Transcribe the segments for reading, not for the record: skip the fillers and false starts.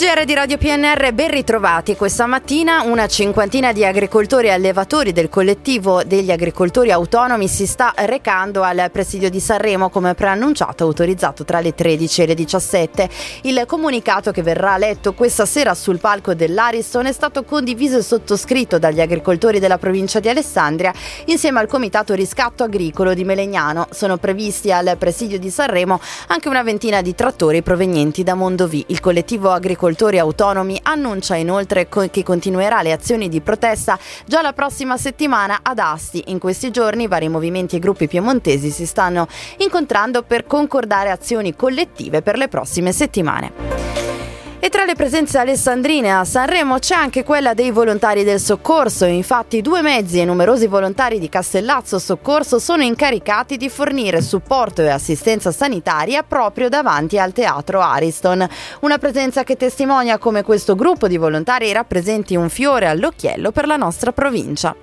GR di Radio PNR, ben ritrovati. Questa mattina una cinquantina di agricoltori e allevatori del collettivo degli agricoltori autonomi si sta recando al presidio di Sanremo, come preannunciato, autorizzato tra le 13 e le 17. Il comunicato, che verrà letto questa sera sul palco dell'Ariston, è stato condiviso e sottoscritto dagli agricoltori della provincia di Alessandria insieme al Comitato Riscatto Agricolo di Melegnano. Sono previsti al presidio di Sanremo anche una ventina di trattori provenienti da Mondovì. Il collettivo agricoltori autonomi annuncia inoltre che continuerà le azioni di protesta già la prossima settimana ad Asti. In questi giorni vari movimenti e gruppi piemontesi si stanno incontrando per concordare azioni collettive per le prossime settimane. E tra le presenze alessandrine a Sanremo c'è anche quella dei volontari del soccorso. Infatti 2 mezzi e numerosi volontari di Castellazzo Soccorso sono incaricati di fornire supporto e assistenza sanitaria proprio davanti al teatro Ariston. Una presenza che testimonia come questo gruppo di volontari rappresenti un fiore all'occhiello per la nostra provincia.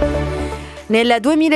Nel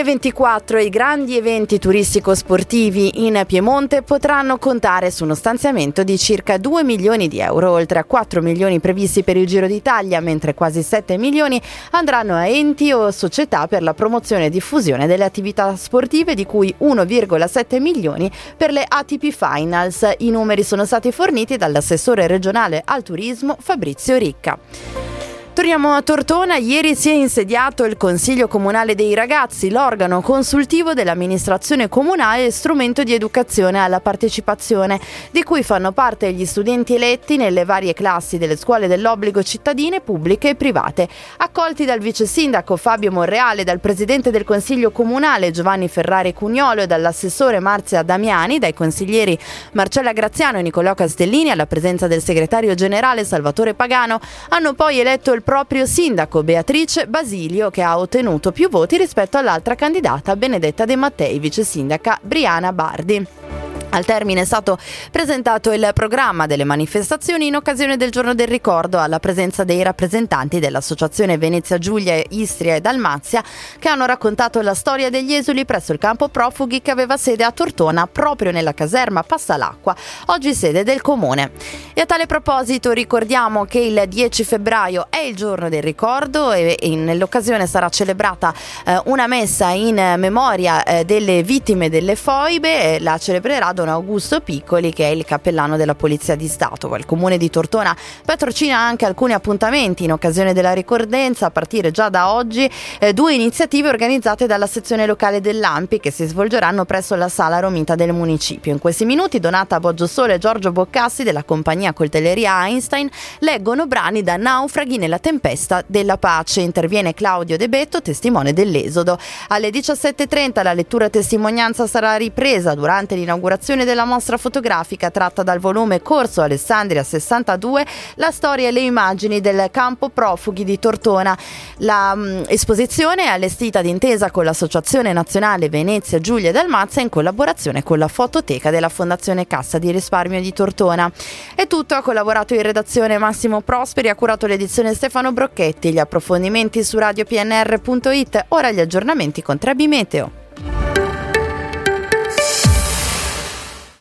2024 i grandi eventi turistico-sportivi in Piemonte potranno contare su uno stanziamento di circa 2 milioni di euro, oltre a 4 milioni previsti per il Giro d'Italia, mentre quasi 7 milioni andranno a enti o società per la promozione e diffusione delle attività sportive, di cui 1,7 milioni per le ATP Finals. I numeri sono stati forniti dall'assessore regionale al turismo Fabrizio Ricca. Torniamo a Tortona. Ieri si è insediato il Consiglio Comunale dei Ragazzi, l'organo consultivo dell'amministrazione comunale e strumento di educazione alla partecipazione, di cui fanno parte gli studenti eletti nelle varie classi delle scuole dell'obbligo cittadine, pubbliche e private. Accolti dal vice sindaco Fabio Monreale, dal presidente del Consiglio Comunale Giovanni Ferrari Cugnolo e dall'assessore Marzia Damiani, dai consiglieri Marcella Graziano e Nicolò Castellini, alla presenza del segretario generale Salvatore Pagano, hanno poi eletto il proprio sindaco Beatrice Basilio, che ha ottenuto più voti rispetto all'altra candidata Benedetta De Mattei, vice sindaca Briana Bardi. Al termine è stato presentato il programma delle manifestazioni in occasione del Giorno del Ricordo, alla presenza dei rappresentanti dell'Associazione Venezia Giulia, Istria e Dalmazia, che hanno raccontato la storia degli esuli presso il campo profughi che aveva sede a Tortona, proprio nella caserma Passalacqua, oggi sede del comune. E a tale proposito ricordiamo che il 10 febbraio è il Giorno del Ricordo e nell'occasione sarà celebrata una messa in memoria delle vittime delle foibe. La celebrerà Don Augusto Piccoli, che è il cappellano della Polizia di Stato. Il comune di Tortona patrocina anche alcuni appuntamenti in occasione della ricordenza, a partire già da oggi 2 iniziative organizzate dalla sezione locale dell'ANPI, che si svolgeranno presso la sala Romita del municipio. In questi minuti Donata Boggiosole e Giorgio Boccassi della compagnia Coltelleria Einstein leggono brani da Naufraghi nella tempesta della pace. Interviene Claudio De Betto, testimone dell'esodo. Alle 17:30 la lettura testimonianza sarà ripresa durante l'inaugurazione della mostra fotografica tratta dal volume Corso Alessandria 62, la storia e le immagini del campo profughi di Tortona. La esposizione è allestita d'intesa con l'Associazione Nazionale Venezia Giulia e Dalmazia, in collaborazione con la fototeca della Fondazione Cassa di Risparmio di Tortona. È tutto. Ha collaborato in redazione Massimo Prosperi, ha curato l'edizione Stefano Brocchetti. Gli approfondimenti su radiopnr.it. Ora gli aggiornamenti con Trebi Meteo.